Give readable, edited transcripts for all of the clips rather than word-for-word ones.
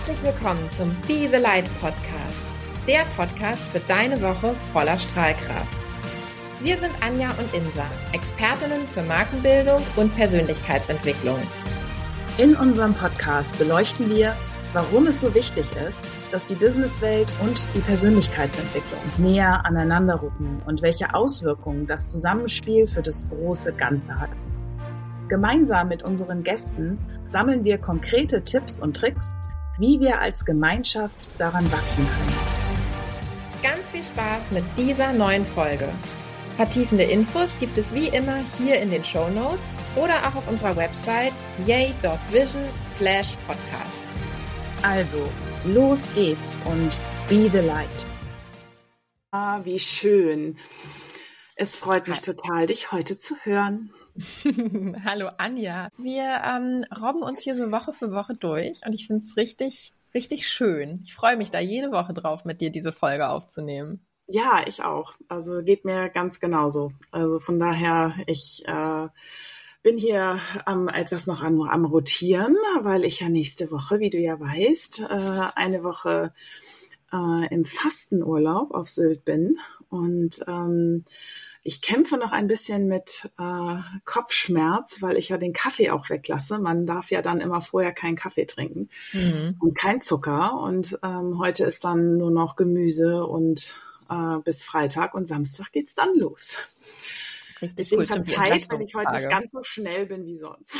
Herzlich willkommen zum Be the Light Podcast, der Podcast für deine Woche voller Strahlkraft. Wir sind Anja und Insa, Expertinnen für Markenbildung und Persönlichkeitsentwicklung. In unserem Podcast beleuchten wir, warum es so wichtig ist, dass die Businesswelt und die Persönlichkeitsentwicklung näher aneinander rücken und welche Auswirkungen das Zusammenspiel für das große Ganze hat. Gemeinsam mit unseren Gästen sammeln wir konkrete Tipps und Tricks, wie wir als Gemeinschaft daran wachsen können. Ganz viel Spaß mit dieser neuen Folge. Vertiefende Infos gibt es wie immer hier in den Shownotes oder auch auf unserer Website yay.vision/podcast. Also, los geht's und be the light. Ah, wie schön. Es freut mich total, dich heute zu hören. Hallo Anja. Wir robben uns hier so Woche für Woche durch und ich finde es richtig, richtig schön. Ich freue mich da jede Woche drauf, mit dir diese Folge aufzunehmen. Ja, ich auch. Also geht mir ganz genauso. Also von daher, ich bin hier etwas noch am Rotieren, weil ich ja nächste Woche, wie du ja weißt, eine Woche im Fastenurlaub auf Sylt bin und ich kämpfe noch ein bisschen mit Kopfschmerz, weil ich ja den Kaffee auch weglasse. Man darf ja dann immer vorher keinen Kaffee trinken und kein Zucker. Und heute ist dann nur noch Gemüse und bis Freitag und Samstag geht's dann los. Richtig. Deswegen cool, verzeiht, wenn ich heute nicht ganz so schnell bin wie sonst.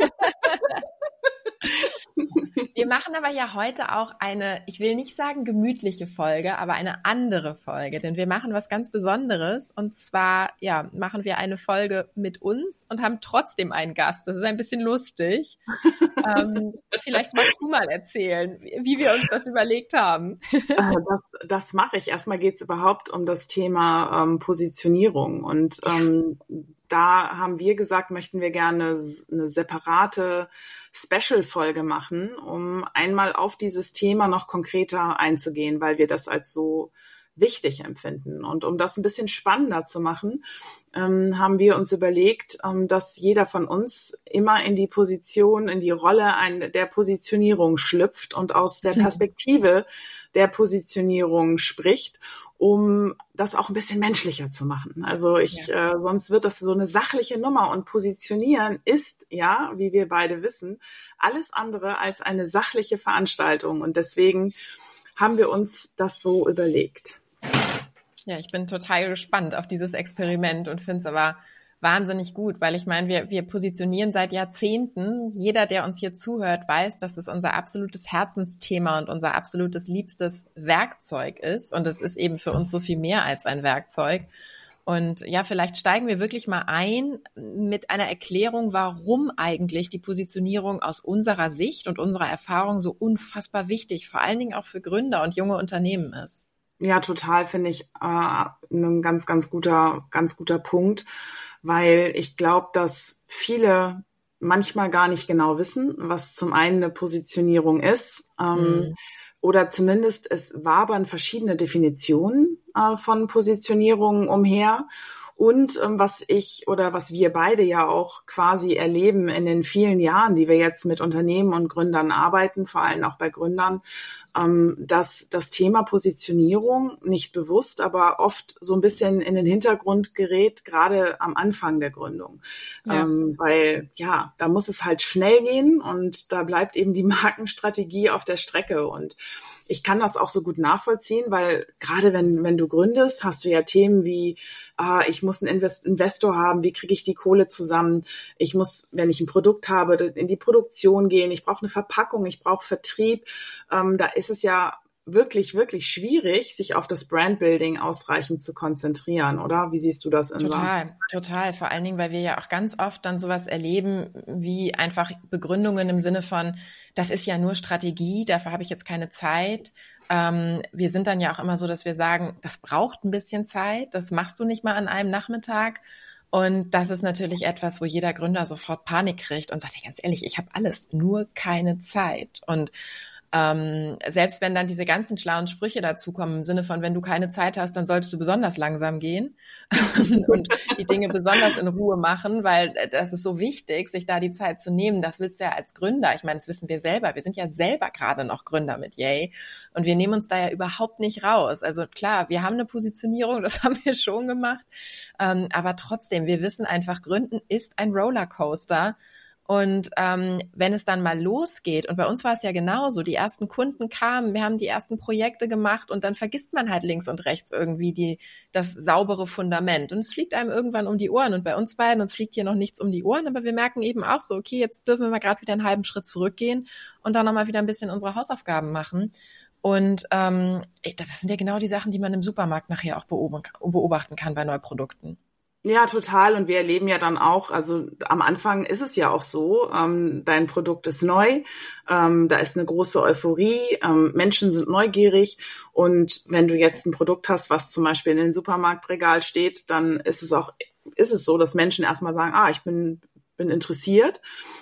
Wir machen aber ja heute auch eine, ich will nicht sagen gemütliche Folge, aber eine andere Folge, denn wir machen was ganz Besonderes und zwar, ja, machen wir eine Folge mit uns und haben trotzdem einen Gast. Das ist ein bisschen lustig. Vielleicht magst du mal erzählen, wie wir uns das überlegt haben. Das mache ich. Erstmal geht es überhaupt um das Thema Positionierung und da haben wir gesagt, möchten wir gerne eine separate Special-Folge machen, um einmal auf dieses Thema noch konkreter einzugehen, weil wir das als so wichtig empfinden. Und um das ein bisschen spannender zu machen, haben wir uns überlegt, dass jeder von uns immer in die Position, in die Rolle der Positionierung schlüpft und aus der Perspektive der Positionierung spricht, um das auch ein bisschen menschlicher zu machen. Also sonst wird das so eine sachliche Nummer und Positionieren ist, ja, wie wir beide wissen, alles andere als eine sachliche Veranstaltung und deswegen haben wir uns das so überlegt. Ja, ich bin total gespannt auf dieses Experiment und finde es aber wahnsinnig gut, weil ich meine, wir positionieren seit Jahrzehnten. Jeder, der uns hier zuhört, weiß, dass es unser absolutes Herzensthema und unser absolutes liebstes Werkzeug ist. Und es ist eben für uns so viel mehr als ein Werkzeug. Und ja, vielleicht steigen wir wirklich mal ein mit einer Erklärung, warum eigentlich die Positionierung aus unserer Sicht und unserer Erfahrung so unfassbar wichtig, vor allen Dingen auch für Gründer und junge Unternehmen ist. Ja, total, finde ich ein ganz guter Punkt, weil ich glaube, dass viele manchmal gar nicht genau wissen, was zum einen eine Positionierung ist, oder zumindest es wabern verschiedene Definitionen von Positionierungen umher. Und was wir beide ja auch quasi erleben in den vielen Jahren, die wir jetzt mit Unternehmen und Gründern arbeiten, vor allem auch bei Gründern, dass das Thema Positionierung nicht bewusst, aber oft so ein bisschen in den Hintergrund gerät, gerade am Anfang der Gründung. Ja. Weil ja, da muss es halt schnell gehen und da bleibt eben die Markenstrategie auf der Strecke und ich kann das auch so gut nachvollziehen, weil gerade wenn du gründest, hast du ja Themen wie, ich muss einen Investor haben, wie kriege ich die Kohle zusammen? Ich muss, wenn ich ein Produkt habe, in die Produktion gehen. Ich brauche eine Verpackung, ich brauche Vertrieb. Da ist es ja wirklich, wirklich schwierig, sich auf das Brandbuilding ausreichend zu konzentrieren, oder? Wie siehst du das, Insa? Total. Vor allen Dingen, weil wir ja auch ganz oft dann sowas erleben, wie einfach Begründungen im Sinne von, das ist ja nur Strategie, dafür habe ich jetzt keine Zeit. Wir sind dann ja auch immer so, dass wir sagen, das braucht ein bisschen Zeit, das machst du nicht mal an einem Nachmittag. Und das ist natürlich etwas, wo jeder Gründer sofort Panik kriegt und sagt, ja, ganz ehrlich, ich habe alles, nur keine Zeit. Und Selbst wenn dann diese ganzen schlauen Sprüche dazukommen, im Sinne von, wenn du keine Zeit hast, dann solltest du besonders langsam gehen und die Dinge besonders in Ruhe machen, weil das ist so wichtig, sich da die Zeit zu nehmen. Das willst du ja als Gründer. Ich meine, das wissen wir selber. Wir sind ja selber gerade noch Gründer mit Yay und wir nehmen uns da ja überhaupt nicht raus. Also klar, wir haben eine Positionierung, das haben wir schon gemacht, aber trotzdem, wir wissen einfach, Gründen ist ein Rollercoaster. Und wenn es dann mal losgeht, und bei uns war es ja genauso, die ersten Kunden kamen, wir haben die ersten Projekte gemacht und dann vergisst man halt links und rechts irgendwie das saubere Fundament. Und es fliegt einem irgendwann um die Ohren. Und bei uns beiden, uns fliegt hier noch nichts um die Ohren, aber wir merken eben auch so, okay, jetzt dürfen wir mal gerade wieder einen halben Schritt zurückgehen und dann nochmal wieder ein bisschen unsere Hausaufgaben machen. Und das sind ja genau die Sachen, die man im Supermarkt nachher auch beobachten kann bei Neuprodukten. Ja, total. Und wir erleben ja dann auch, also am Anfang ist es ja auch so, dein Produkt ist neu, da ist eine große Euphorie, Menschen sind neugierig. Und wenn du jetzt ein Produkt hast, was zum Beispiel in den Supermarktregal steht, dann ist es so, dass Menschen erstmal sagen, ich bin interessiert,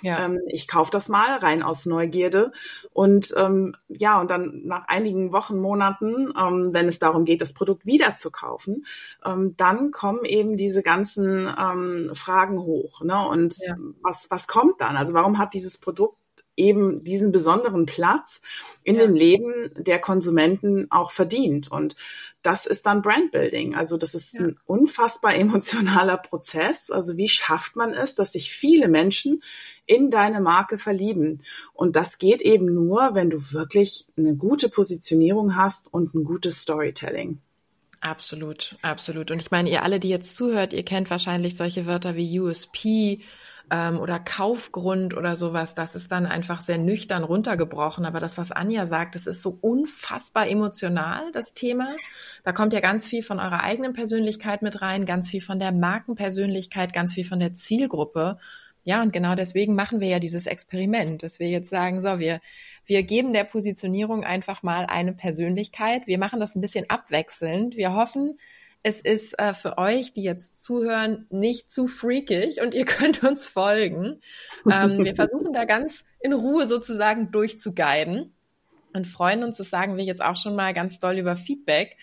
ich kaufe das mal rein aus Neugierde und und dann nach einigen Wochen, Monaten, wenn es darum geht, das Produkt wieder zu kaufen, dann kommen eben diese ganzen Fragen hoch, ne? Und was kommt dann? Also warum hat dieses Produkt eben diesen besonderen Platz in dem Leben der Konsumenten auch verdient? Und das ist dann Brandbuilding. Also das ist ein unfassbar emotionaler Prozess. Also wie schafft man es, dass sich viele Menschen in deine Marke verlieben? Und das geht eben nur, wenn du wirklich eine gute Positionierung hast und ein gutes Storytelling. Absolut, absolut. Und ich meine, ihr alle, die jetzt zuhört, ihr kennt wahrscheinlich solche Wörter wie USP, oder Kaufgrund oder sowas, das ist dann einfach sehr nüchtern runtergebrochen. Aber das, was Anja sagt, das ist so unfassbar emotional, das Thema. Da kommt ja ganz viel von eurer eigenen Persönlichkeit mit rein, ganz viel von der Markenpersönlichkeit, ganz viel von der Zielgruppe. Ja, und genau deswegen machen wir ja dieses Experiment, dass wir jetzt sagen, so, wir geben der Positionierung einfach mal eine Persönlichkeit. Wir machen das ein bisschen abwechselnd. Wir hoffen, es ist für euch, die jetzt zuhören, nicht zu freakig und ihr könnt uns folgen. Wir versuchen da ganz in Ruhe sozusagen durchzuguiden und freuen uns, das sagen wir jetzt auch schon mal, ganz doll über Feedback,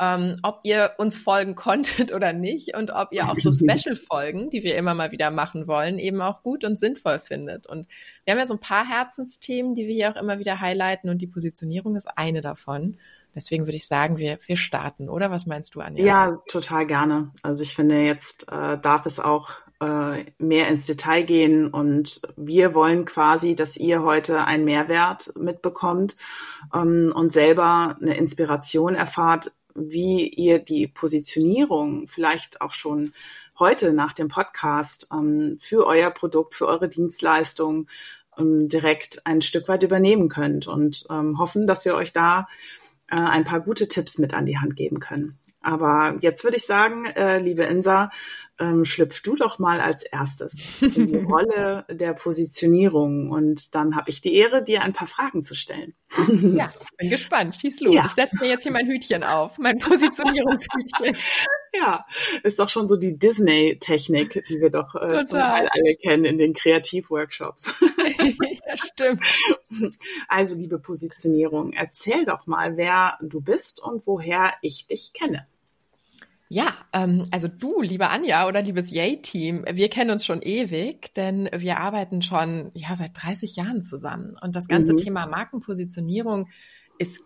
ob ihr uns folgen konntet oder nicht und ob ihr auch so Special-Folgen, die wir immer mal wieder machen wollen, eben auch gut und sinnvoll findet. Und wir haben ja so ein paar Herzensthemen, die wir hier auch immer wieder highlighten und die Positionierung ist eine davon. Deswegen würde ich sagen, wir starten, oder? Was meinst du, Anja? Ja, total gerne. Also ich finde, jetzt darf es auch mehr ins Detail gehen und wir wollen quasi, dass ihr heute einen Mehrwert mitbekommt und selber eine Inspiration erfahrt, wie ihr die Positionierung vielleicht auch schon heute nach dem Podcast für euer Produkt, für eure Dienstleistung direkt ein Stück weit übernehmen könnt und hoffen, dass wir euch da ein paar gute Tipps mit an die Hand geben können. Aber jetzt würde ich sagen, liebe Insa, schlüpf du doch mal als erstes in die Rolle der Positionierung und dann habe ich die Ehre, dir ein paar Fragen zu stellen. Ja, ich bin gespannt. Schieß los. Ja. Ich setze mir jetzt hier mein Hütchen auf, mein Positionierungshütchen. Ja, ist doch schon so die Disney-Technik, die wir doch zum Teil alle kennen in den Kreativworkshops. Ja, stimmt. Also, liebe Positionierung, erzähl doch mal, wer du bist und woher ich dich kenne. Ja, also du, liebe Anja oder liebes Yay-Team, wir kennen uns schon ewig, denn wir arbeiten schon seit 30 Jahren zusammen. Und das ganze Thema Markenpositionierung ist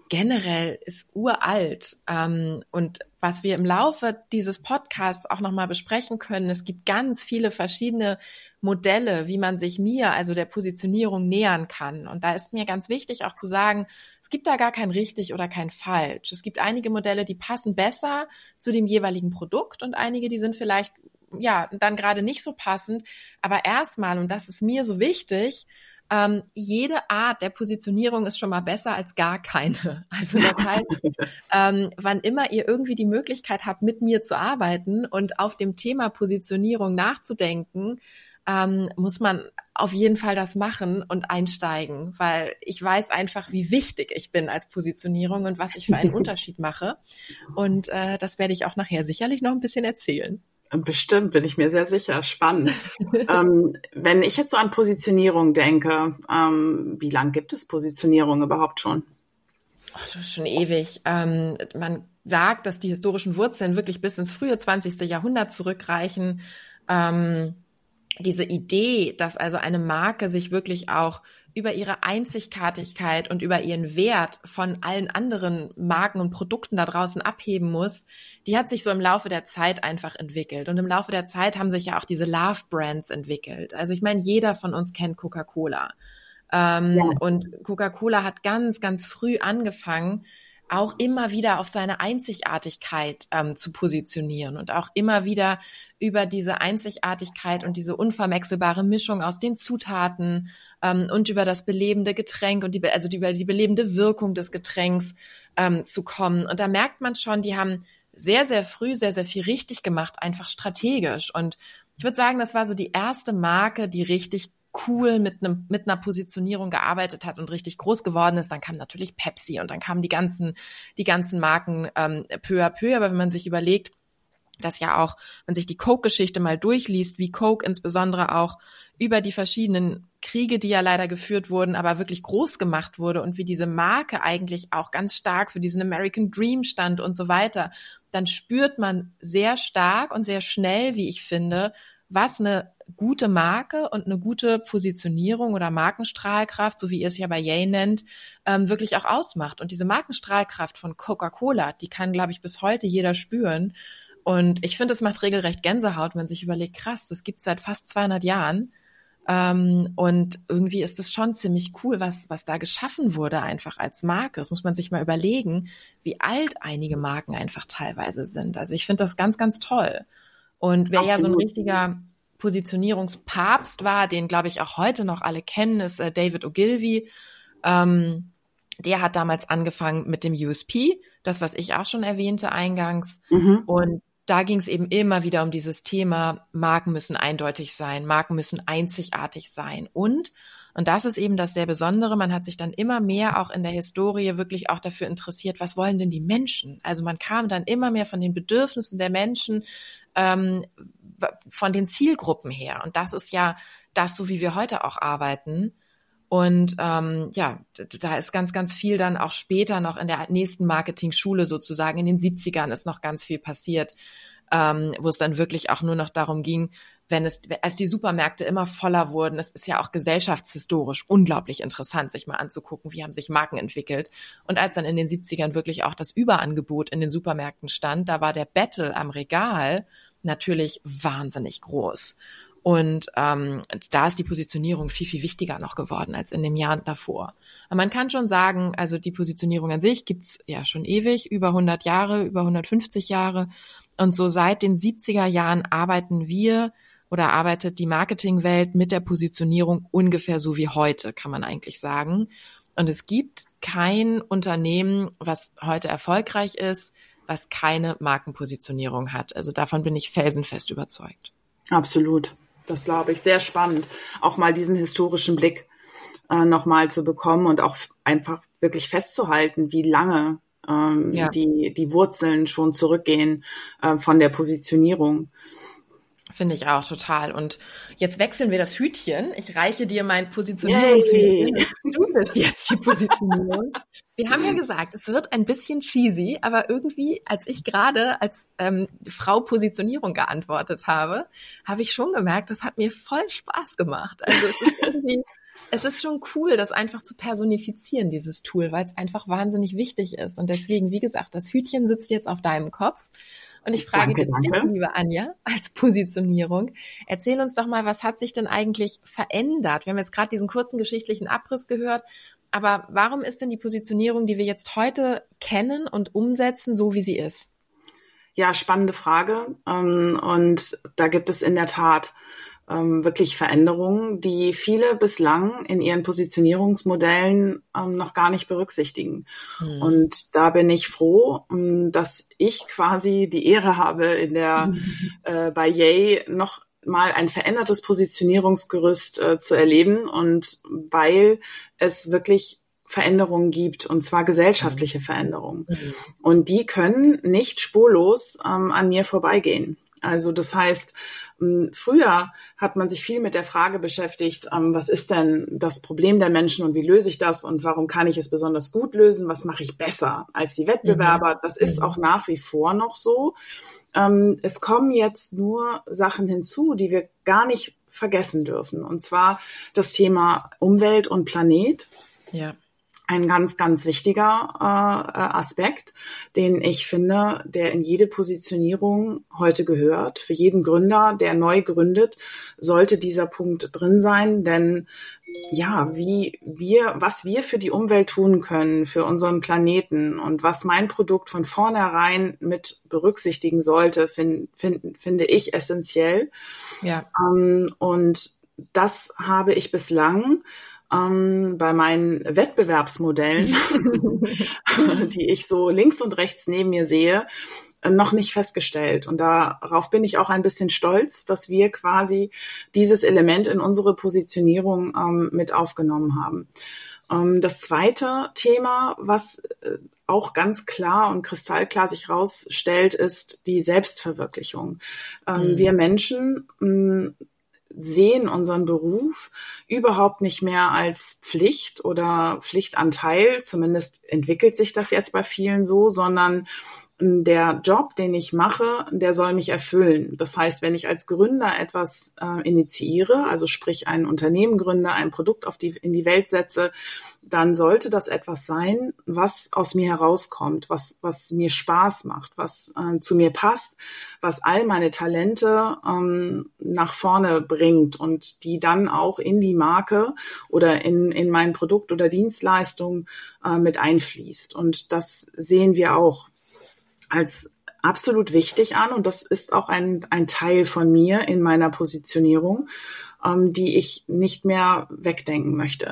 uralt. Und was wir im Laufe dieses Podcasts auch nochmal besprechen können, es gibt ganz viele verschiedene Modelle, wie man sich also der Positionierung nähern kann. Und da ist mir ganz wichtig auch zu sagen, es gibt da gar kein richtig oder kein falsch. Es gibt einige Modelle, die passen besser zu dem jeweiligen Produkt und einige, die sind vielleicht dann gerade nicht so passend. Aber erstmal, und das ist mir so wichtig, jede Art der Positionierung ist schon mal besser als gar keine. Also das heißt, wann immer ihr irgendwie die Möglichkeit habt, mit mir zu arbeiten und auf dem Thema Positionierung nachzudenken, muss man auf jeden Fall das machen und einsteigen, weil ich weiß einfach, wie wichtig ich bin als Positionierung und was ich für einen Unterschied mache. Und das werde ich auch nachher sicherlich noch ein bisschen erzählen. Bestimmt, bin ich mir sehr sicher. Spannend. Wenn ich jetzt so an Positionierung denke, wie lang gibt es Positionierung überhaupt schon? Ach, das ist schon ewig. Man sagt, dass die historischen Wurzeln wirklich bis ins frühe 20. Jahrhundert zurückreichen. Diese Idee, dass also eine Marke sich wirklich auch über ihre Einzigartigkeit und über ihren Wert von allen anderen Marken und Produkten da draußen abheben muss, die hat sich so im Laufe der Zeit einfach entwickelt. Und im Laufe der Zeit haben sich ja auch diese Love-Brands entwickelt. Also ich meine, jeder von uns kennt Coca-Cola. Ja. Und Coca-Cola hat ganz, ganz früh angefangen, auch immer wieder auf seine Einzigartigkeit zu positionieren und auch immer wieder über diese Einzigartigkeit und diese unverwechselbare Mischung aus den Zutaten und über das belebende Getränk und über die belebende Wirkung des Getränks zu kommen. Und da merkt man schon, die haben sehr, sehr früh sehr, sehr viel richtig gemacht, einfach strategisch. Und ich würde sagen, das war so die erste Marke, die richtig cool mit einer Positionierung gearbeitet hat und richtig groß geworden ist. Dann kam natürlich Pepsi und dann kamen die ganzen Marken peu à peu. Aber wenn man sich überlegt, dass ja auch, wenn sich die Coke-Geschichte mal durchliest, wie Coke insbesondere auch über die verschiedenen Kriege, die ja leider geführt wurden, aber wirklich groß gemacht wurde und wie diese Marke eigentlich auch ganz stark für diesen American Dream stand und so weiter, dann spürt man sehr stark und sehr schnell, wie ich finde, was eine gute Marke und eine gute Positionierung oder Markenstrahlkraft, so wie ihr es ja bei Yay nennt, wirklich auch ausmacht. Und diese Markenstrahlkraft von Coca-Cola, die kann, glaube ich, bis heute jeder spüren. Und ich finde, es macht regelrecht Gänsehaut, wenn man sich überlegt, krass, das gibt's seit fast 200 Jahren. Und irgendwie ist es schon ziemlich cool, was da geschaffen wurde einfach als Marke. Das muss man sich mal überlegen, wie alt einige Marken einfach teilweise sind. Also ich finde das ganz, ganz toll. Und wer ja so ein richtiger Positionierungspapst war, den, glaube ich, auch heute noch alle kennen, ist David Ogilvy. Der hat damals angefangen mit dem USP, das, was ich auch schon erwähnte eingangs. Mhm. Und da ging es eben immer wieder um dieses Thema, Marken müssen eindeutig sein, Marken müssen einzigartig sein. Und das ist eben das sehr Besondere, man hat sich dann immer mehr auch in der Historie wirklich auch dafür interessiert, was wollen denn die Menschen? Also man kam dann immer mehr von den Bedürfnissen der Menschen, von den Zielgruppen her. Und das ist ja das, so wie wir heute auch arbeiten. Und da ist ganz, ganz viel dann auch später noch in der nächsten Marketing-Schule sozusagen, in den 70ern ist noch ganz viel passiert, wo es dann wirklich auch nur noch darum ging, als die Supermärkte immer voller wurden, es ist ja auch gesellschaftshistorisch unglaublich interessant, sich mal anzugucken, wie haben sich Marken entwickelt. Und als dann in den 70ern wirklich auch das Überangebot in den Supermärkten stand, da war der Battle am Regal natürlich wahnsinnig groß. Und da ist die Positionierung viel, viel wichtiger noch geworden als in dem Jahr davor. Aber man kann schon sagen, also die Positionierung an sich gibt's ja schon ewig, über 100 Jahre, über 150 Jahre. Und so seit den 70er Jahren arbeitet die Marketingwelt mit der Positionierung ungefähr so wie heute, kann man eigentlich sagen. Und es gibt kein Unternehmen, was heute erfolgreich ist, was keine Markenpositionierung hat. Also davon bin ich felsenfest überzeugt. Absolut. Das glaube ich. Sehr spannend, auch mal diesen historischen Blick nochmal zu bekommen und auch einfach wirklich festzuhalten, wie lange die Wurzeln schon zurückgehen von der Positionierung. Finde ich auch total. Und jetzt wechseln wir das Hütchen. Ich reiche dir mein Positionierungshütchen. Du bist jetzt die Positionierung. Wir haben ja gesagt, es wird ein bisschen cheesy, aber irgendwie, als ich gerade als Frau Positionierung geantwortet habe, habe ich schon gemerkt, das hat mir voll Spaß gemacht. Also es ist schon cool, das einfach zu personifizieren, dieses Tool, weil es einfach wahnsinnig wichtig ist. Und deswegen, wie gesagt, das Hütchen sitzt jetzt auf deinem Kopf. Und ich frage dich, liebe Anja, als Positionierung, erzähl uns doch mal, was hat sich denn eigentlich verändert? Wir haben jetzt gerade diesen kurzen geschichtlichen Abriss gehört, aber warum ist denn die Positionierung, die wir jetzt heute kennen und umsetzen, so wie sie ist? Ja, spannende Frage. Und da gibt es in der Tat wirklich Veränderungen, die viele bislang in ihren Positionierungsmodellen noch gar nicht berücksichtigen. Und da bin ich froh, dass ich quasi die Ehre habe, bei Yay noch mal ein verändertes Positionierungsgerüst zu erleben, und weil es wirklich Veränderungen gibt, und zwar gesellschaftliche Veränderungen. Und die können nicht spurlos an mir vorbeigehen. Also das heißt, früher hat man sich viel mit der Frage beschäftigt, was ist denn das Problem der Menschen und wie löse ich das und warum kann ich es besonders gut lösen, was mache ich besser als die Wettbewerber. Das ist auch nach wie vor noch so. Es kommen jetzt nur Sachen hinzu, die wir gar nicht vergessen dürfen. Und zwar das Thema Umwelt und Planet. Ja. Ein ganz, ganz wichtiger Aspekt, den ich finde, der in jede Positionierung heute gehört. Für jeden Gründer, der neu gründet, sollte dieser Punkt drin sein. Denn ja, was wir für die Umwelt tun können, für unseren Planeten und was mein Produkt von vornherein mit berücksichtigen sollte, finde ich essentiell. Ja. Und das habe ich bislang bei meinen Wettbewerbsmodellen, die ich so links und rechts neben mir sehe, noch nicht festgestellt. Und darauf bin ich auch ein bisschen stolz, dass wir quasi dieses Element in unsere Positionierung mit aufgenommen haben. Das zweite Thema, was auch ganz klar und kristallklar sich rausstellt, ist die Selbstverwirklichung. Wir Menschen sehen unseren Beruf überhaupt nicht mehr als Pflicht oder Pflichtanteil, zumindest entwickelt sich das jetzt bei vielen so, sondern der Job, den ich mache, der soll mich erfüllen. Das heißt, wenn ich als Gründer etwas initiiere, also sprich ein Unternehmen gründe, ein Produkt in die Welt setze, dann sollte das etwas sein, was aus mir herauskommt, was mir Spaß macht, was zu mir passt, was all meine Talente nach vorne bringt und die dann auch in die Marke oder in mein Produkt oder Dienstleistung mit einfließt. Und das sehen wir auch als absolut wichtig an. Und das ist auch ein Teil von mir in meiner Positionierung, die ich nicht mehr wegdenken möchte.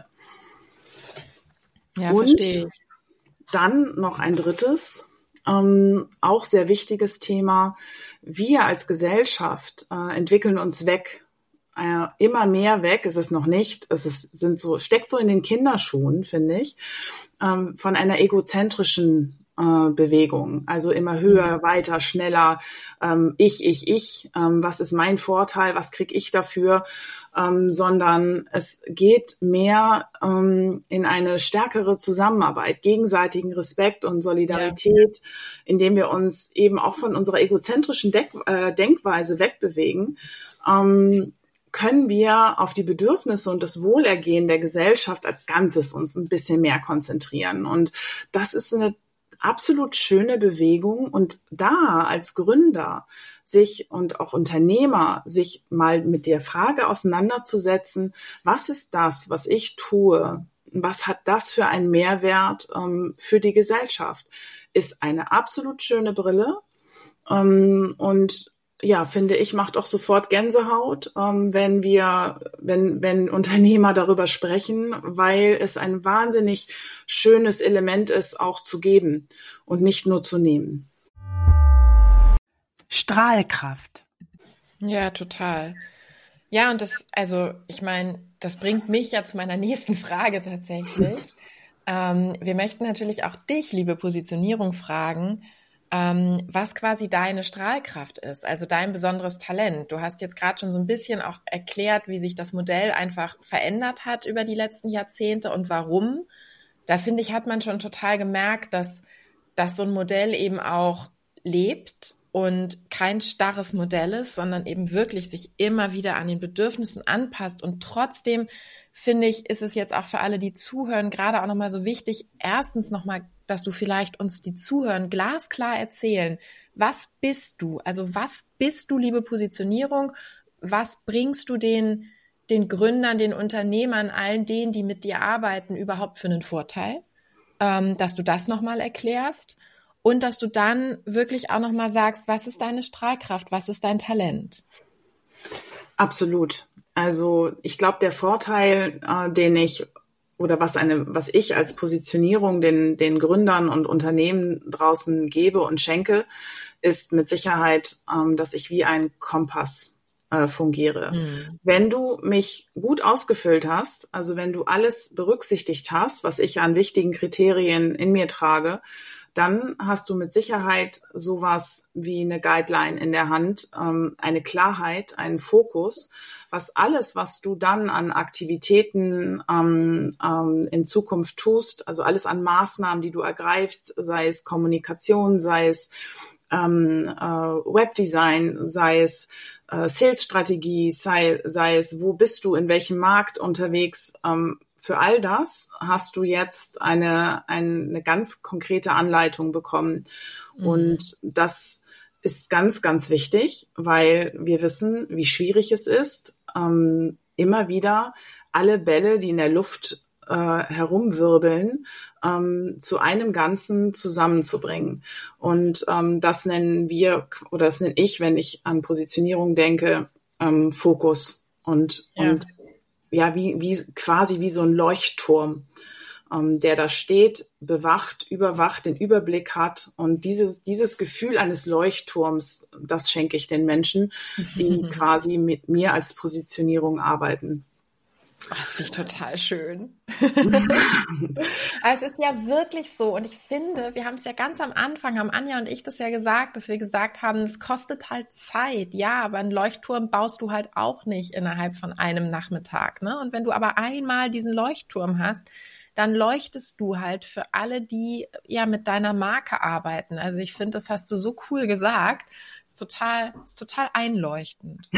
Ja, und verstehe ich. Dann noch ein drittes, auch sehr wichtiges Thema. Wir als Gesellschaft entwickeln uns weg, immer mehr weg. Es ist noch nicht, steckt so in den Kinderschuhen, finde ich, von einer egozentrischen Bewegung. Also immer höher, weiter, schneller, ich, was ist mein Vorteil, was kriege ich dafür, sondern es geht mehr in eine stärkere Zusammenarbeit, gegenseitigen Respekt und Solidarität, indem wir uns eben auch von unserer egozentrischen Denkweise wegbewegen, können wir auf die Bedürfnisse und das Wohlergehen der Gesellschaft als Ganzes uns ein bisschen mehr konzentrieren. Und das ist eine absolut schöne Bewegung. Und da als Gründer und auch Unternehmer sich mal mit der Frage auseinanderzusetzen, was ist das, was ich tue? Was hat das für einen Mehrwert für die Gesellschaft? Ist eine absolut schöne Brille. Und ja, finde ich, macht auch sofort Gänsehaut, wenn Unternehmer darüber sprechen, weil es ein wahnsinnig schönes Element ist, auch zu geben und nicht nur zu nehmen. Strahlkraft. Ja, total. Ja, und ich meine, das bringt mich ja zu meiner nächsten Frage tatsächlich. Wir möchten natürlich auch dich, liebe Positionierung, fragen, was quasi deine Strahlkraft ist, also dein besonderes Talent. Du hast jetzt gerade schon so ein bisschen auch erklärt, wie sich das Modell einfach verändert hat über die letzten Jahrzehnte und warum. Da finde ich, hat man schon total gemerkt, dass so ein Modell eben auch lebt und kein starres Modell ist, sondern eben wirklich sich immer wieder an den Bedürfnissen anpasst. Und trotzdem, finde ich, ist es jetzt auch für alle, die zuhören, gerade auch nochmal so wichtig, erstens nochmal, dass du vielleicht uns, die zuhören, glasklar erzählen, was bist du? Also was bist du, liebe Positionierung? Was bringst du den Gründern, den Unternehmern, allen denen, die mit dir arbeiten, überhaupt für einen Vorteil? Dass du das nochmal erklärst und dass du dann wirklich auch nochmal sagst, was ist deine Strahlkraft, was ist dein Talent? Absolut. Also ich glaube, der Vorteil, was ich als Positionierung den Gründern und Unternehmen draußen gebe und schenke, ist mit Sicherheit, dass ich wie ein Kompass fungiere. Wenn du mich gut ausgefüllt hast, also wenn du alles berücksichtigt hast, was ich an wichtigen Kriterien in mir trage, dann hast du mit Sicherheit sowas wie eine Guideline in der Hand, eine Klarheit, einen Fokus, was du dann an Aktivitäten in Zukunft tust, also alles an Maßnahmen, die du ergreifst, sei es Kommunikation, sei es Webdesign, sei es Sales-Strategie, sei es, wo bist du, in welchem Markt unterwegs. Für all das hast du jetzt eine ganz konkrete Anleitung bekommen. Und das ist ganz, ganz wichtig, weil wir wissen, wie schwierig es ist, immer wieder alle Bälle, die in der Luft herumwirbeln, zu einem Ganzen zusammenzubringen. Und das nenne ich, wenn ich an Positionierung denke, Fokus und quasi wie so ein Leuchtturm, der da steht, bewacht, überwacht, den Überblick hat. Und dieses Gefühl eines Leuchtturms, das schenke ich den Menschen, die quasi mit mir als Positionierung arbeiten. Oh, das finde ich total schön. Es ist ja wirklich so. Und ich finde, wir haben es ja ganz am Anfang, haben Anja und ich das ja gesagt, dass wir gesagt haben, es kostet halt Zeit. Ja, aber einen Leuchtturm baust du halt auch nicht innerhalb von einem Nachmittag, ne? Und wenn du aber einmal diesen Leuchtturm hast, dann leuchtest du halt für alle, die ja mit deiner Marke arbeiten. Also ich finde, das hast du so cool gesagt. Ist total einleuchtend.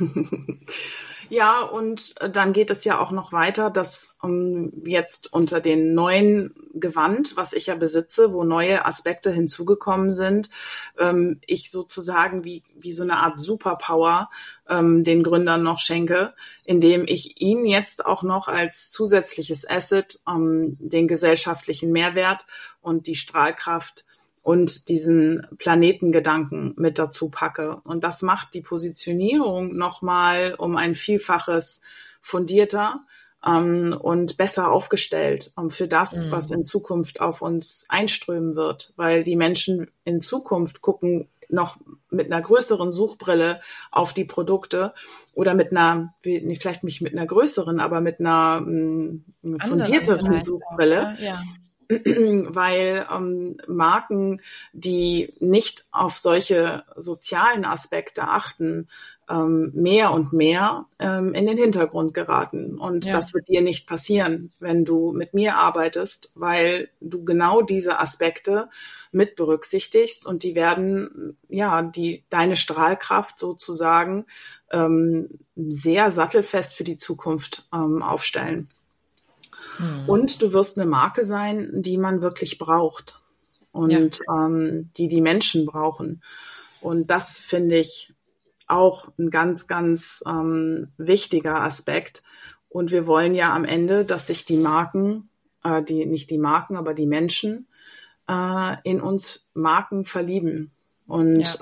Ja, und dann geht es ja auch noch weiter, dass jetzt unter den neuen Gewand, was ich ja besitze, wo neue Aspekte hinzugekommen sind, ich sozusagen wie so eine Art Superpower den Gründern noch schenke, indem ich ihnen jetzt auch noch als zusätzliches Asset den gesellschaftlichen Mehrwert und die Strahlkraft und diesen Planetengedanken mit dazu packe. Und das macht die Positionierung nochmal um ein Vielfaches fundierter und besser aufgestellt für das, was in Zukunft auf uns einströmen wird. Weil die Menschen in Zukunft gucken noch mit einer größeren Suchbrille auf die Produkte oder vielleicht nicht mit einer größeren, aber mit einer fundierteren Suchbrille. Auch, ja. Weil Marken, die nicht auf solche sozialen Aspekte achten, mehr und mehr in den Hintergrund geraten. Und das wird dir nicht passieren, wenn du mit mir arbeitest, weil du genau diese Aspekte mit berücksichtigst und die werden deine Strahlkraft sozusagen sehr sattelfest für die Zukunft aufstellen. Und du wirst eine Marke sein, die man wirklich braucht und die Menschen brauchen. Und das finde ich auch ein ganz, ganz wichtiger Aspekt. Und wir wollen ja am Ende, dass sich die Marken, nicht die Marken, aber die Menschen in uns Marken verlieben. Und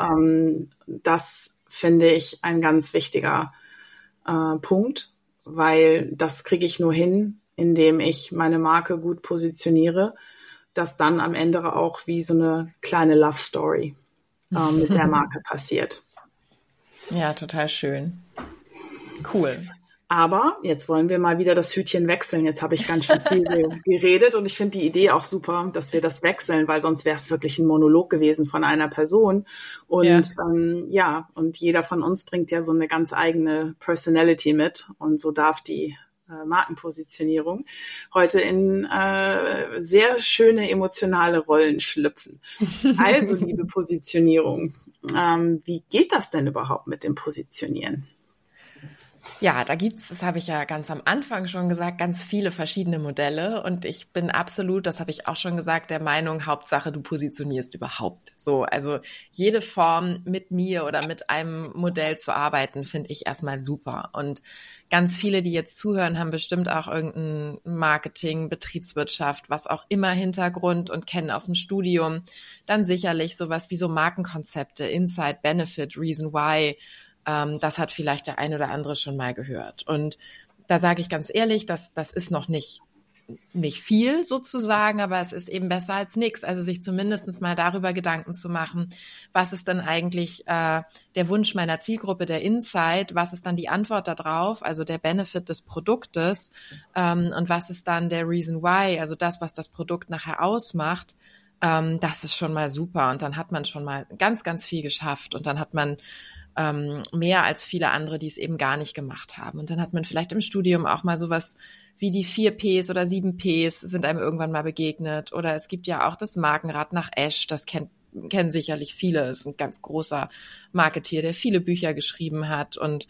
das finde ich ein ganz wichtiger Punkt, weil das kriege ich nur hin, indem ich meine Marke gut positioniere, dass dann am Ende auch wie so eine kleine Love Story mit der Marke passiert. Ja, total schön. Cool. Aber jetzt wollen wir mal wieder das Hütchen wechseln. Jetzt habe ich ganz schön viel geredet und ich finde die Idee auch super, dass wir das wechseln, weil sonst wäre es wirklich ein Monolog gewesen von einer Person. Und und jeder von uns bringt ja so eine ganz eigene Personality mit und so darf die Markenpositionierung heute in sehr schöne emotionale Rollen schlüpfen. Also, liebe Positionierung, wie geht das denn überhaupt mit dem Positionieren? Ja, das habe ich ja ganz am Anfang schon gesagt, ganz viele verschiedene Modelle und ich bin absolut, das habe ich auch schon gesagt, der Meinung, Hauptsache du positionierst überhaupt. So, also jede Form mit mir oder mit einem Modell zu arbeiten, finde ich erstmal super und ganz viele, die jetzt zuhören, haben bestimmt auch irgendein Marketing, Betriebswirtschaft, was auch immer Hintergrund und kennen aus dem Studium. Dann sicherlich sowas wie so Markenkonzepte, Insight, Benefit, Reason Why. Das hat vielleicht der ein oder andere schon mal gehört. Und da sage ich ganz ehrlich, das ist noch nicht viel sozusagen, aber es ist eben besser als nichts. Also sich zumindest mal darüber Gedanken zu machen, was ist denn eigentlich der Wunsch meiner Zielgruppe, der Insight, was ist dann die Antwort darauf, also der Benefit des Produktes und was ist dann der Reason Why, also das, was das Produkt nachher ausmacht. Das ist schon mal super. Und dann hat man schon mal ganz, ganz viel geschafft. Und dann hat man mehr als viele andere, die es eben gar nicht gemacht haben. Und dann hat man vielleicht im Studium auch mal sowas wie die 4 Ps oder 7 Ps sind einem irgendwann mal begegnet. Oder es gibt ja auch das Markenrad nach Esch, das kennen sicherlich viele. Es ist ein ganz großer Marketeer, der viele Bücher geschrieben hat. Und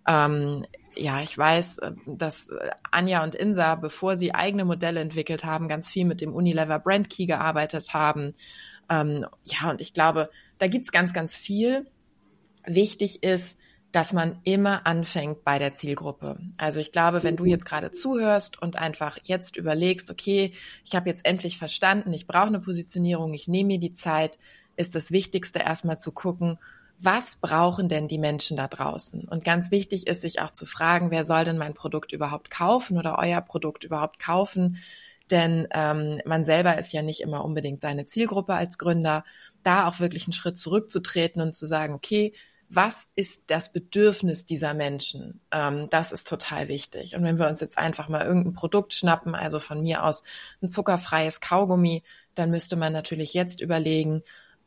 ich weiß, dass Anja und Insa, bevor sie eigene Modelle entwickelt haben, ganz viel mit dem Unilever Brand Key gearbeitet haben. Und ich glaube, da gibt's ganz, ganz viel. Wichtig ist, dass man immer anfängt bei der Zielgruppe. Also ich glaube, wenn du jetzt gerade zuhörst und einfach jetzt überlegst, okay, ich habe jetzt endlich verstanden, ich brauche eine Positionierung, ich nehme mir die Zeit, ist das Wichtigste erstmal zu gucken, was brauchen denn die Menschen da draußen? Und ganz wichtig ist, sich auch zu fragen, wer soll denn mein Produkt überhaupt kaufen oder euer Produkt überhaupt kaufen? Denn man selber ist ja nicht immer unbedingt seine Zielgruppe als Gründer. Da auch wirklich einen Schritt zurückzutreten und zu sagen, okay, was ist das Bedürfnis dieser Menschen? Das ist total wichtig. Und wenn wir uns jetzt einfach mal irgendein Produkt schnappen, also von mir aus ein zuckerfreies Kaugummi, dann müsste man natürlich jetzt überlegen,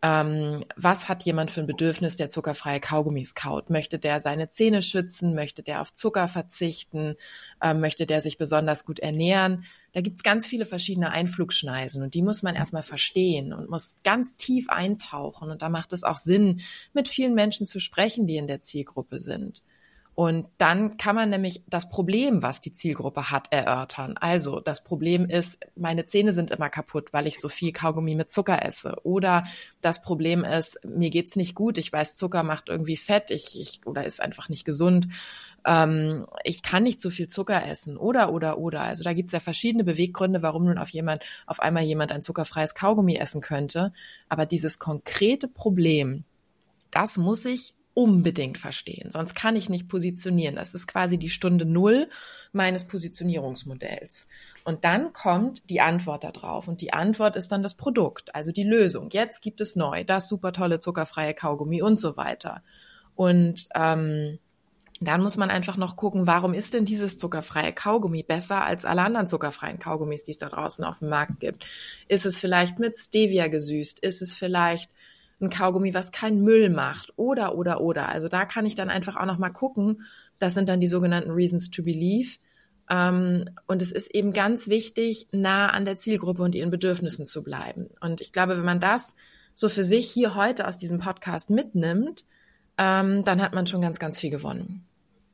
was hat jemand für ein Bedürfnis, der zuckerfreie Kaugummis kaut? Möchte der seine Zähne schützen? Möchte der auf Zucker verzichten? Möchte der sich besonders gut ernähren? Da gibt's ganz viele verschiedene Einflugschneisen und die muss man erstmal verstehen und muss ganz tief eintauchen. Und da macht es auch Sinn, mit vielen Menschen zu sprechen, die in der Zielgruppe sind. Und dann kann man nämlich das Problem, was die Zielgruppe hat, erörtern. Also das Problem ist, meine Zähne sind immer kaputt, weil ich so viel Kaugummi mit Zucker esse. Oder das Problem ist, mir geht's nicht gut. Ich weiß, Zucker macht irgendwie Fett. Oder ist einfach nicht gesund. Ich kann nicht so viel Zucker essen. Oder. Also da gibt's ja verschiedene Beweggründe, warum nun auf einmal jemand ein zuckerfreies Kaugummi essen könnte. Aber dieses konkrete Problem, das muss ich unbedingt verstehen, sonst kann ich nicht positionieren. Das ist quasi die Stunde Null meines Positionierungsmodells. Und dann kommt die Antwort darauf und die Antwort ist dann das Produkt, also die Lösung. Jetzt gibt es neu das super tolle zuckerfreie Kaugummi und so weiter. Und dann muss man einfach noch gucken, warum ist denn dieses zuckerfreie Kaugummi besser als alle anderen zuckerfreien Kaugummis, die es da draußen auf dem Markt gibt? Ist es vielleicht mit Stevia gesüßt? Ist es vielleicht ein Kaugummi, was keinen Müll macht? Oder. Also da kann ich dann einfach auch noch mal gucken. Das sind dann die sogenannten Reasons to Believe. Und es ist eben ganz wichtig, nah an der Zielgruppe und ihren Bedürfnissen zu bleiben. Und ich glaube, wenn man das so für sich hier heute aus diesem Podcast mitnimmt, dann hat man schon ganz, ganz viel gewonnen.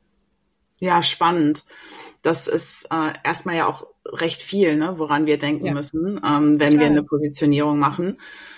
Ja, spannend. Das ist erstmal ja auch recht viel, ne, woran wir denken müssen, wenn wir eine Positionierung machen.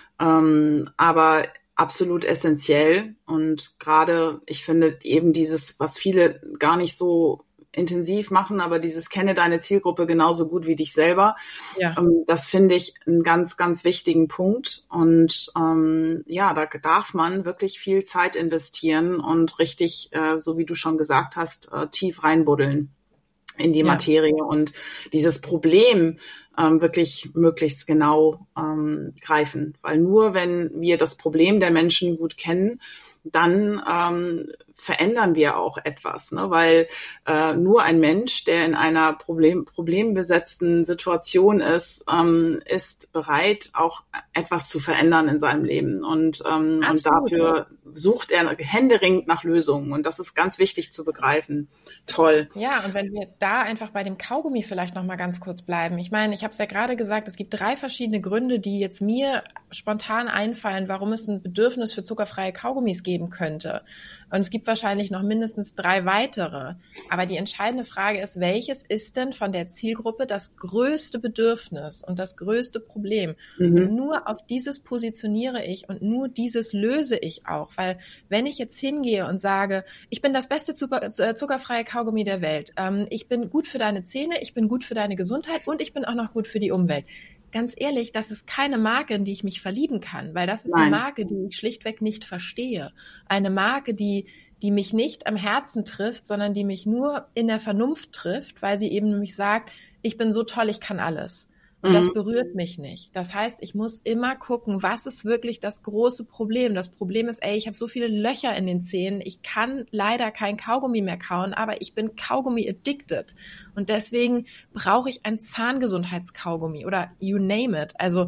Aber absolut essentiell. Und gerade, ich finde eben dieses, was viele gar nicht so intensiv machen, aber dieses kenne deine Zielgruppe genauso gut wie dich selber. Ja. Das finde ich einen ganz, ganz wichtigen Punkt. Und da darf man wirklich viel Zeit investieren und richtig, so wie du schon gesagt hast, tief reinbuddeln in die Materie und dieses Problem wirklich möglichst genau greifen. Weil nur wenn wir das Problem der Menschen gut kennen, dann verändern wir auch etwas, ne? Weil nur ein Mensch, der in einer problembesetzten Situation ist, ist bereit, auch etwas zu verändern in seinem Leben. Und dafür sucht er händeringend nach Lösungen. Und das ist ganz wichtig zu begreifen. Toll. Ja, und wenn wir da einfach bei dem Kaugummi vielleicht noch mal ganz kurz bleiben. Ich meine, ich habe es ja gerade gesagt, es gibt 3 verschiedene Gründe, die jetzt mir spontan einfallen, warum es ein Bedürfnis für zuckerfreie Kaugummis geben könnte. Und es gibt wahrscheinlich noch mindestens 3 weitere. Aber die entscheidende Frage ist, welches ist denn von der Zielgruppe das größte Bedürfnis und das größte Problem? Und nur auf dieses positioniere ich und nur dieses löse ich auch. Weil wenn ich jetzt hingehe und sage, ich bin das beste zuckerfreie Kaugummi der Welt, ich bin gut für deine Zähne, ich bin gut für deine Gesundheit und ich bin auch noch gut für die Umwelt. Ganz ehrlich, das ist keine Marke, in die ich mich verlieben kann, weil das ist eine Marke, die ich schlichtweg nicht verstehe. Eine Marke, die mich nicht am Herzen trifft, sondern die mich nur in der Vernunft trifft, weil sie eben nämlich sagt, ich bin so toll, ich kann alles. Und das berührt mich nicht. Das heißt, ich muss immer gucken, was ist wirklich das große Problem? Das Problem ist, ich habe so viele Löcher in den Zähnen, ich kann leider kein Kaugummi mehr kauen, aber ich bin Kaugummi-addicted. Und deswegen brauche ich ein Zahngesundheitskaugummi oder you name it. Also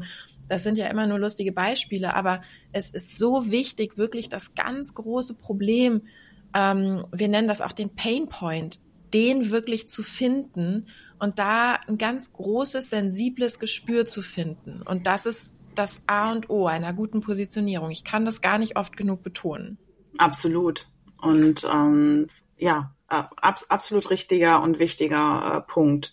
Das sind ja immer nur lustige Beispiele, aber es ist so wichtig, wirklich das ganz große Problem, wir nennen das auch den Pain Point, den wirklich zu finden und da ein ganz großes, sensibles Gespür zu finden. Und das ist das A und O einer guten Positionierung. Ich kann das gar nicht oft genug betonen. Absolut. Und absolut richtiger und wichtiger Punkt.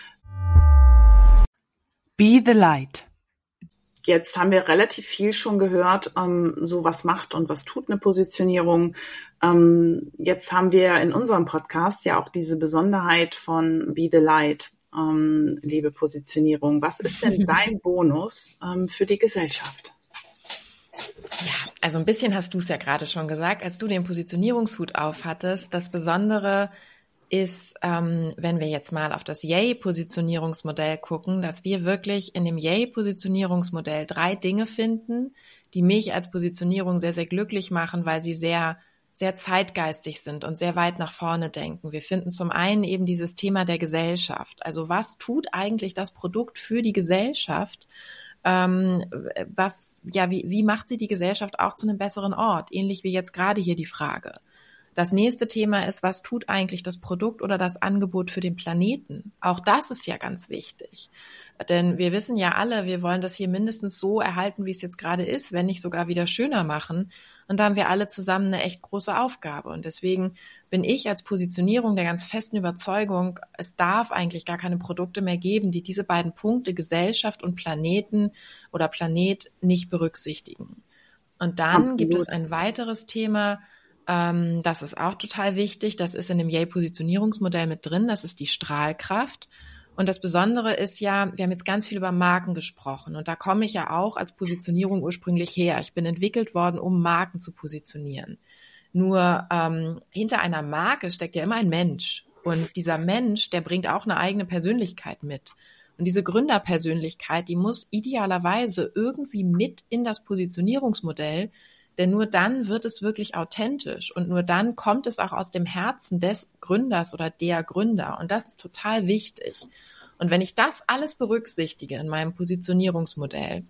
Be the light. Jetzt haben wir relativ viel schon gehört, so was macht und was tut eine Positionierung. Jetzt haben wir in unserem Podcast ja auch diese Besonderheit von Be the Light, liebe Positionierung. Was ist denn dein Bonus für die Gesellschaft? Ja, also ein bisschen hast du es ja gerade schon gesagt, als du den Positionierungshut aufhattest. Das Besondere ist, wenn wir jetzt mal auf das Yay-Positionierungsmodell gucken, dass wir wirklich in dem Yay-Positionierungsmodell 3 Dinge finden, die mich als Positionierung sehr, sehr glücklich machen, weil sie sehr, sehr zeitgeistig sind und sehr weit nach vorne denken. Wir finden zum einen eben dieses Thema der Gesellschaft. Also was tut eigentlich das Produkt für die Gesellschaft? Wie macht sie die Gesellschaft auch zu einem besseren Ort? Ähnlich wie jetzt gerade hier die Frage. Das nächste Thema ist, was tut eigentlich das Produkt oder das Angebot für den Planeten? Auch das ist ja ganz wichtig. Denn wir wissen ja alle, wir wollen das hier mindestens so erhalten, wie es jetzt gerade ist, wenn nicht sogar wieder schöner machen. Und da haben wir alle zusammen eine echt große Aufgabe. Und deswegen bin ich als Positionierung der ganz festen Überzeugung, es darf eigentlich gar keine Produkte mehr geben, die diese beiden Punkte Gesellschaft und Planeten oder Planet nicht berücksichtigen. Und dann gibt es ein weiteres Thema, das ist auch total wichtig. Das ist in dem Yay-Positionierungsmodell mit drin. Das ist die Strahlkraft. Und das Besondere ist ja, wir haben jetzt ganz viel über Marken gesprochen. Und da komme ich ja auch als Positionierung ursprünglich her. Ich bin entwickelt worden, um Marken zu positionieren. Nur hinter einer Marke steckt ja immer ein Mensch. Und dieser Mensch, der bringt auch eine eigene Persönlichkeit mit. Und diese Gründerpersönlichkeit, die muss idealerweise irgendwie mit in das Positionierungsmodell. Denn nur dann wird es wirklich authentisch und nur dann kommt es auch aus dem Herzen des Gründers oder der Gründer. Und das ist total wichtig. Und wenn ich das alles berücksichtige in meinem Positionierungsmodell,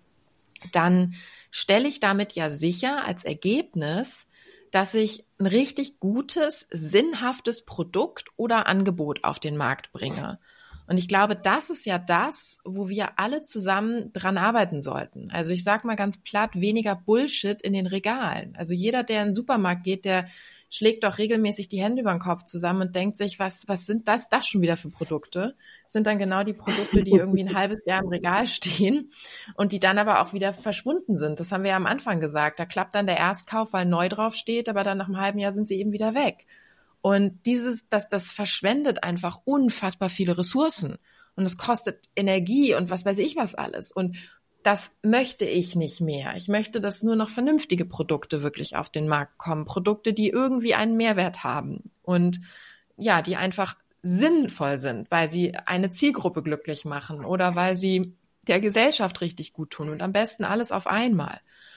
dann stelle ich damit ja sicher als Ergebnis, dass ich ein richtig gutes, sinnhaftes Produkt oder Angebot auf den Markt bringe. Und ich glaube, das ist ja das, wo wir alle zusammen dran arbeiten sollten. Also ich sag mal ganz platt, weniger Bullshit in den Regalen. Also jeder, der in den Supermarkt geht, der schlägt doch regelmäßig die Hände über den Kopf zusammen und denkt sich, was sind das schon wieder für Produkte? Das sind dann genau die Produkte, die irgendwie ein halbes Jahr im Regal stehen und die dann aber auch wieder verschwunden sind. Das haben wir ja am Anfang gesagt. Da klappt dann der Erstkauf, weil neu drauf steht, aber dann nach einem halben Jahr sind sie eben wieder weg. Und das verschwendet einfach unfassbar viele Ressourcen. Und es kostet Energie und was weiß ich was alles. Und das möchte ich nicht mehr. Ich möchte, dass nur noch vernünftige Produkte wirklich auf den Markt kommen. Produkte, die irgendwie einen Mehrwert haben. Und ja, die einfach sinnvoll sind, weil sie eine Zielgruppe glücklich machen oder weil sie der Gesellschaft richtig gut tun. Und am besten alles auf einmal.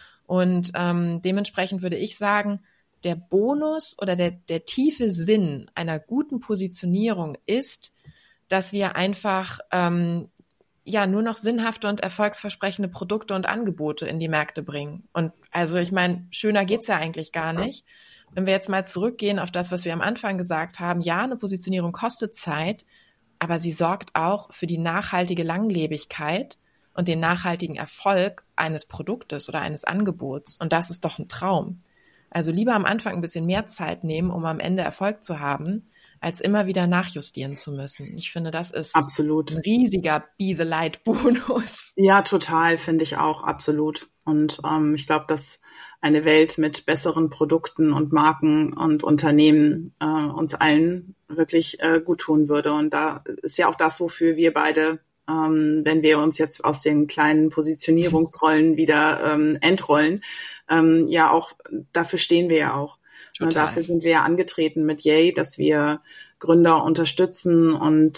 Und dementsprechend würde ich sagen, der Bonus oder der tiefe Sinn einer guten Positionierung ist, dass wir einfach nur noch sinnhafte und erfolgsversprechende Produkte und Angebote in die Märkte bringen. Und also ich meine, schöner geht's ja eigentlich gar nicht. Wenn wir jetzt mal zurückgehen auf das, was wir am Anfang gesagt haben, ja, eine Positionierung kostet Zeit, aber sie sorgt auch für die nachhaltige Langlebigkeit und den nachhaltigen Erfolg eines Produktes oder eines Angebots. Und das ist doch ein Traum. Also lieber am Anfang ein bisschen mehr Zeit nehmen, um am Ende Erfolg zu haben, als immer wieder nachjustieren zu müssen. Ich finde, das ist absolut ein riesiger Be-the-Light-Bonus. Ja, total, finde ich auch, absolut. Und ich glaube, dass eine Welt mit besseren Produkten und Marken und Unternehmen uns allen wirklich gut tun würde. Und da ist ja auch das, wofür wir beide, wenn wir uns jetzt aus den kleinen Positionierungsrollen wieder entrollen, ja auch, dafür stehen wir ja auch. Total. Dafür sind wir ja angetreten mit Yay, dass wir Gründer unterstützen und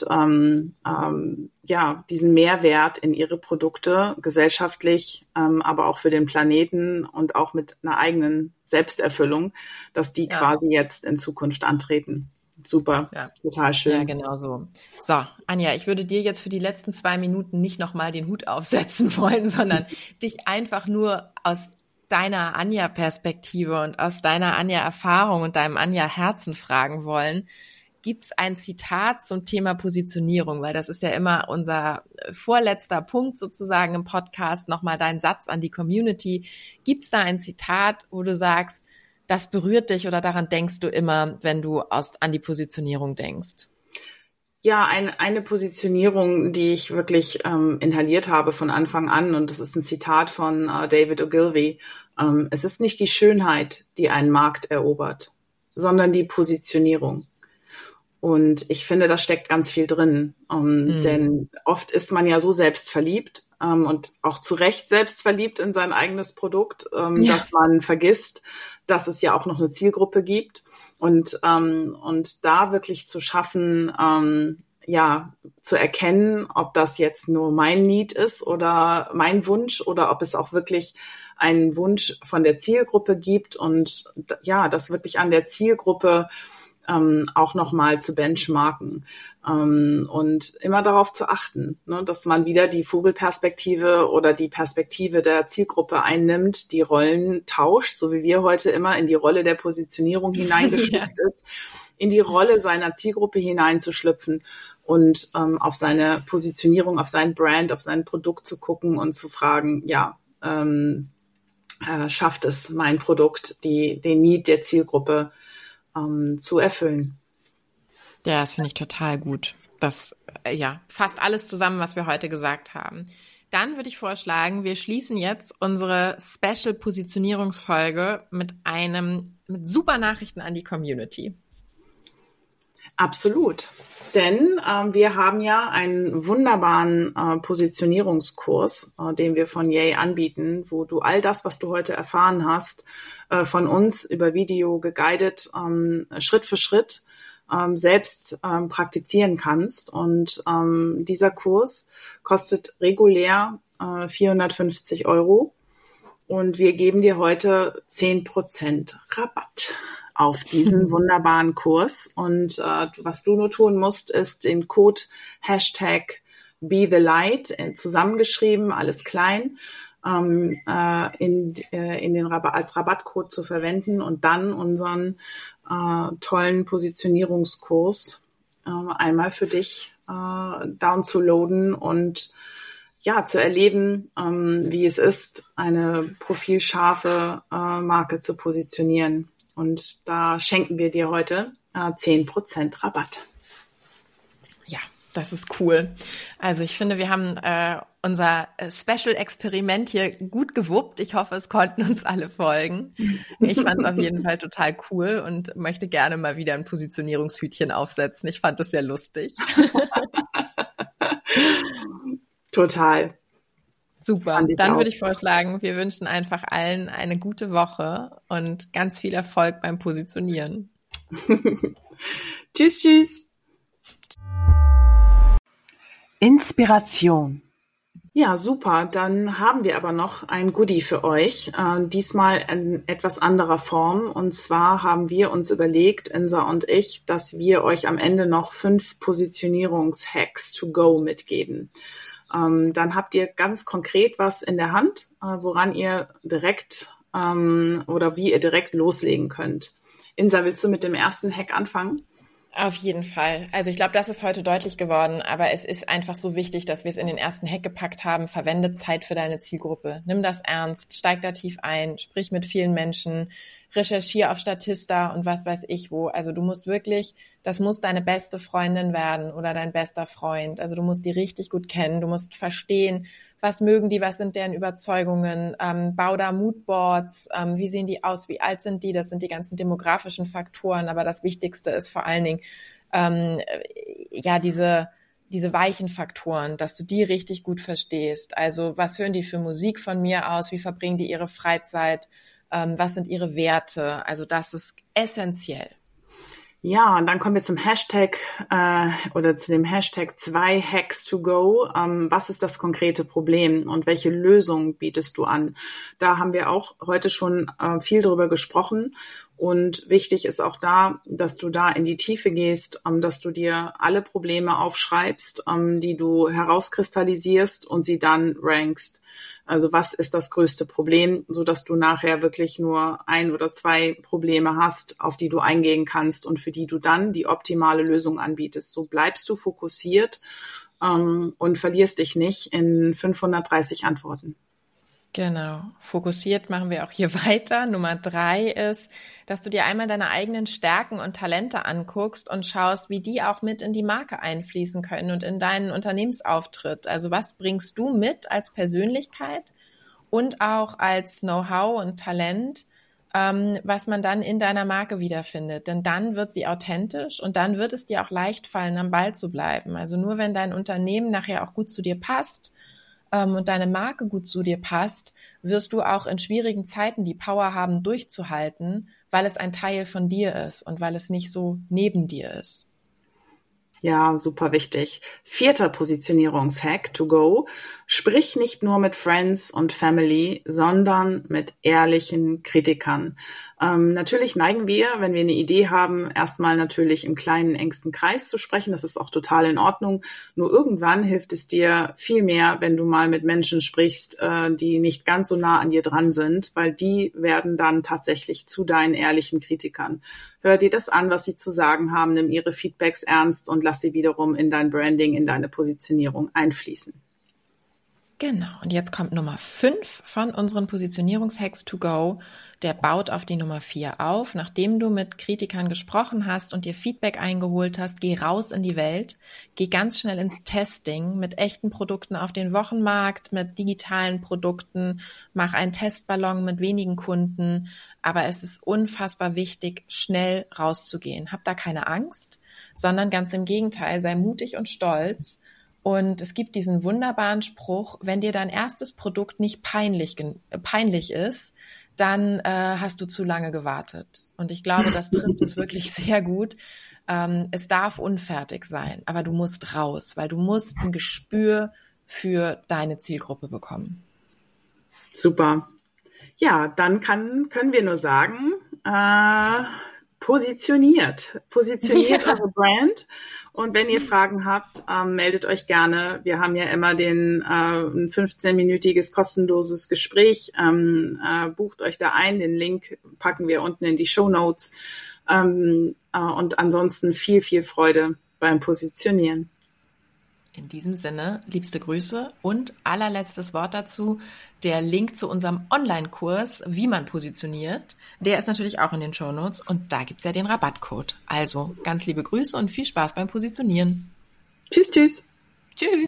diesen Mehrwert in ihre Produkte gesellschaftlich, aber auch für den Planeten und auch mit einer eigenen Selbsterfüllung, dass die quasi jetzt in Zukunft antreten. Super, Ja. total schön. Ja, genau so. So, Anja, ich würde dir jetzt für die letzten 2 Minuten nicht nochmal den Hut aufsetzen wollen, sondern dich einfach nur aus deiner Anja-Perspektive und aus deiner Anja-Erfahrung und deinem Anja-Herzen fragen wollen. Gibt es ein Zitat zum Thema Positionierung? Weil das ist ja immer unser vorletzter Punkt sozusagen im Podcast. Nochmal dein Satz an die Community. Gibt es da ein Zitat, wo du sagst, das berührt dich oder daran denkst du immer, wenn du an die Positionierung denkst? Ja, eine Positionierung, die ich wirklich inhaliert habe von Anfang an, und das ist ein Zitat von David Ogilvy. Es ist nicht die Schönheit, die einen Markt erobert, sondern die Positionierung. Und ich finde, da steckt ganz viel drin. Denn oft ist man ja so selbstverliebt und auch zu Recht selbstverliebt in sein eigenes Produkt, dass man vergisst, dass es ja auch noch eine Zielgruppe gibt. Und da wirklich zu schaffen, zu erkennen, ob das jetzt nur mein Need ist oder mein Wunsch oder ob es auch wirklich einen Wunsch von der Zielgruppe gibt und ja, das wirklich an der Zielgruppe auch nochmal zu benchmarken und immer darauf zu achten, ne, dass man wieder die Vogelperspektive oder die Perspektive der Zielgruppe einnimmt, die Rollen tauscht, so wie wir heute immer in die Rolle der Positionierung hineingeschlüpft ist, in die Rolle seiner Zielgruppe hineinzuschlüpfen und auf seine Positionierung, auf sein Brand, auf sein Produkt zu gucken und zu fragen, schafft es mein Produkt, den Need der Zielgruppe zu erfüllen. Ja, das finde ich total gut. Das, fasst alles zusammen, was wir heute gesagt haben. Dann würde ich vorschlagen, wir schließen jetzt unsere Special-Positionierungsfolge mit super Nachrichten an die Community. Absolut. Denn wir haben ja einen wunderbaren Positionierungskurs, den wir von Yay anbieten, wo du all das, was du heute erfahren hast, von uns über Video geguidet, Schritt für Schritt selbst praktizieren kannst. Und dieser Kurs kostet regulär 450 €. Und wir geben dir heute 10% Rabatt auf diesen wunderbaren Kurs. Und was du nur tun musst, ist den Code #BeTheLight zusammengeschrieben, alles klein, als Rabattcode zu verwenden und dann unseren tollen Positionierungskurs einmal für dich downzuladen und zu erleben, wie es ist, eine profilscharfe Marke zu positionieren. Und da schenken wir dir heute 10% Rabatt. Ja, das ist cool. Also ich finde, wir haben unser Special-Experiment hier gut gewuppt. Ich hoffe, es konnten uns alle folgen. Ich fand es auf jeden Fall total cool und möchte gerne mal wieder ein Positionierungshütchen aufsetzen. Ich fand es sehr lustig. Total. Super. Dann würde ich vorschlagen, wir wünschen einfach allen eine gute Woche und ganz viel Erfolg beim Positionieren. Tschüss, tschüss. Inspiration. Ja, super. Dann haben wir aber noch ein Goodie für euch, diesmal in etwas anderer Form. Und zwar haben wir uns überlegt, Insa und ich, dass wir euch am Ende noch 5 Positionierungs-Hacks to go mitgeben. Dann habt ihr ganz konkret was in der Hand, woran ihr direkt oder wie ihr direkt loslegen könnt. Insa, willst du mit dem ersten Hack anfangen? Auf jeden Fall. Also ich glaube, das ist heute deutlich geworden, aber es ist einfach so wichtig, dass wir es in den ersten Hack gepackt haben. Verwende Zeit für deine Zielgruppe. Nimm das ernst, steig da tief ein, sprich mit vielen Menschen, recherchiere auf Statista und was weiß ich wo. Also du musst wirklich, das muss deine beste Freundin werden oder dein bester Freund. Also du musst die richtig gut kennen, du musst verstehen, was mögen die, was sind deren Überzeugungen, bau da Moodboards, wie sehen die aus, wie alt sind die, das sind die ganzen demografischen Faktoren, aber das Wichtigste ist vor allen Dingen, diese weichen Faktoren, dass du die richtig gut verstehst. Also was hören die für Musik von mir aus, wie verbringen die ihre Freizeit, was sind ihre Werte, also das ist essentiell. Ja, und dann kommen wir zum Hashtag oder zu dem Hashtag 2 Hacks to go. Was ist das konkrete Problem und welche Lösung bietest du an? Da haben wir auch heute schon viel drüber gesprochen. Und wichtig ist auch da, dass du da in die Tiefe gehst, dass du dir alle Probleme aufschreibst, die du herauskristallisierst und sie dann rankst. Also was ist das größte Problem, so dass du nachher wirklich nur 1 oder 2 Probleme hast, auf die du eingehen kannst und für die du dann die optimale Lösung anbietest. So bleibst du fokussiert und verlierst dich nicht in 530 Antworten. Genau. Fokussiert machen wir auch hier weiter. Nummer 3 ist, dass du dir einmal deine eigenen Stärken und Talente anguckst und schaust, wie die auch mit in die Marke einfließen können und in deinen Unternehmensauftritt. Also was bringst du mit als Persönlichkeit und auch als Know-how und Talent, was man dann in deiner Marke wiederfindet. Denn dann wird sie authentisch und dann wird es dir auch leicht fallen, am Ball zu bleiben. Also nur wenn dein Unternehmen nachher auch gut zu dir passt, und deine Marke gut zu dir passt, wirst du auch in schwierigen Zeiten die Power haben, durchzuhalten, weil es ein Teil von dir ist und weil es nicht so neben dir ist. Ja, super wichtig. 4. Positionierungshack to go. Sprich nicht nur mit Friends und Family, sondern mit ehrlichen Kritikern. Natürlich neigen wir, wenn wir eine Idee haben, erstmal natürlich im kleinen, engsten Kreis zu sprechen. Das ist auch total in Ordnung. Nur irgendwann hilft es dir viel mehr, wenn du mal mit Menschen sprichst, die nicht ganz so nah an dir dran sind, weil die werden dann tatsächlich zu deinen ehrlichen Kritikern. Hör dir das an, was sie zu sagen haben, nimm ihre Feedbacks ernst und lass sie wiederum in dein Branding, in deine Positionierung einfließen. Genau, und jetzt kommt Nummer 5 von unseren Positionierungshacks to go. Der baut auf die Nummer 4 auf. Nachdem du mit Kritikern gesprochen hast und dir Feedback eingeholt hast, geh raus in die Welt, geh ganz schnell ins Testing mit echten Produkten auf den Wochenmarkt, mit digitalen Produkten, mach einen Testballon mit wenigen Kunden. Aber es ist unfassbar wichtig, schnell rauszugehen. Hab da keine Angst, sondern ganz im Gegenteil, sei mutig und stolz. Und es gibt diesen wunderbaren Spruch, wenn dir dein erstes Produkt nicht peinlich ist, dann hast du zu lange gewartet. Und ich glaube, das trifft es wirklich sehr gut. Es darf unfertig sein, aber du musst raus, weil du musst ein Gespür für deine Zielgruppe bekommen. Super. Ja, dann können wir nur sagen, positioniert eure Brand. Und wenn ihr Fragen habt, meldet euch gerne. Wir haben ja immer ein 15-minütiges kostenloses Gespräch. Bucht euch da ein. Den Link packen wir unten in die Shownotes. Und ansonsten viel, viel Freude beim Positionieren. In diesem Sinne, liebste Grüße und allerletztes Wort dazu. Der Link zu unserem Online-Kurs, wie man positioniert, der ist natürlich auch in den Shownotes und da gibt's ja den Rabattcode. Also ganz liebe Grüße und viel Spaß beim Positionieren. Tschüss, tschüss. Tschüss.